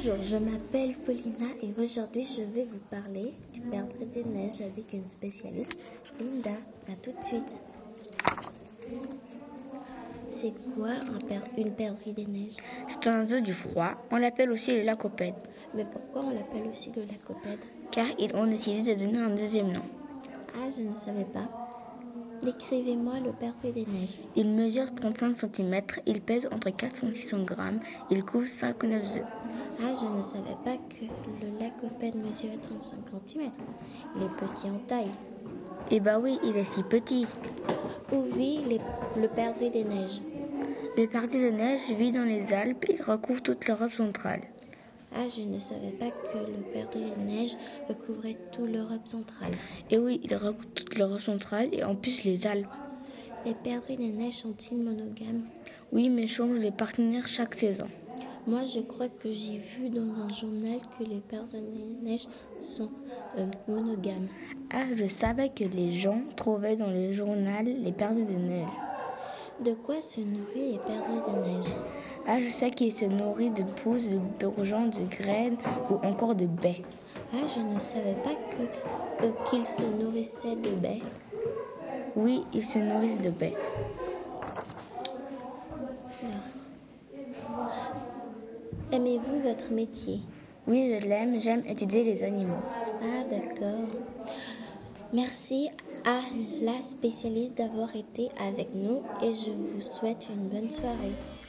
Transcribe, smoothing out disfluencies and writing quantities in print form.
Bonjour, je m'appelle Paulina et aujourd'hui je vais vous parler du perdre des neiges avec une spécialiste, Linda. À tout de suite. C'est quoi une perdrix des neiges? C'est un oiseau du froid. On l'appelle aussi le lacopède. Mais pourquoi on l'appelle aussi le lacopède? Car ils ont décidé de donner un deuxième nom. Ah, je ne savais pas. Décrivez-moi le perdrix des neiges. Il mesure 35 cm, il pèse entre 400 et 600 grammes, il couvre 5 ou 9 œufs. Ah, je ne savais pas que le lacopède mesurait 35 cm. Il est petit en taille. Eh bah oui, il est si petit. Où vit le perdrix des neiges? Le perdrix de neige vit dans les Alpes, il recouvre toute l'Europe centrale. Ah, je ne savais pas que le perdrix des neiges recouvrait toute l'Europe centrale. Et oui, il recouvre toute l'Europe centrale et en plus les Alpes. Les perdrix des neiges sont-ils monogames? Oui, mais changent de partenaire chaque saison. Moi, je crois que j'ai vu dans un journal que les perdrix des neiges sont monogames. Ah, je savais que les gens trouvaient dans le journal les perdrix de neige. De quoi se nourrit les perdrix des neiges? Ah, je sais qu'il se nourrit de pousses, de bourgeons, de graines ou encore de baies. Ah, je ne savais pas qu'ils se nourrissaient de baies. Oui, ils se nourrissent de baies. Aimez-vous votre métier? Oui, je l'aime, j'aime étudier les animaux. Ah, d'accord. Merci à la spécialiste d'avoir été avec nous et je vous souhaite une bonne soirée.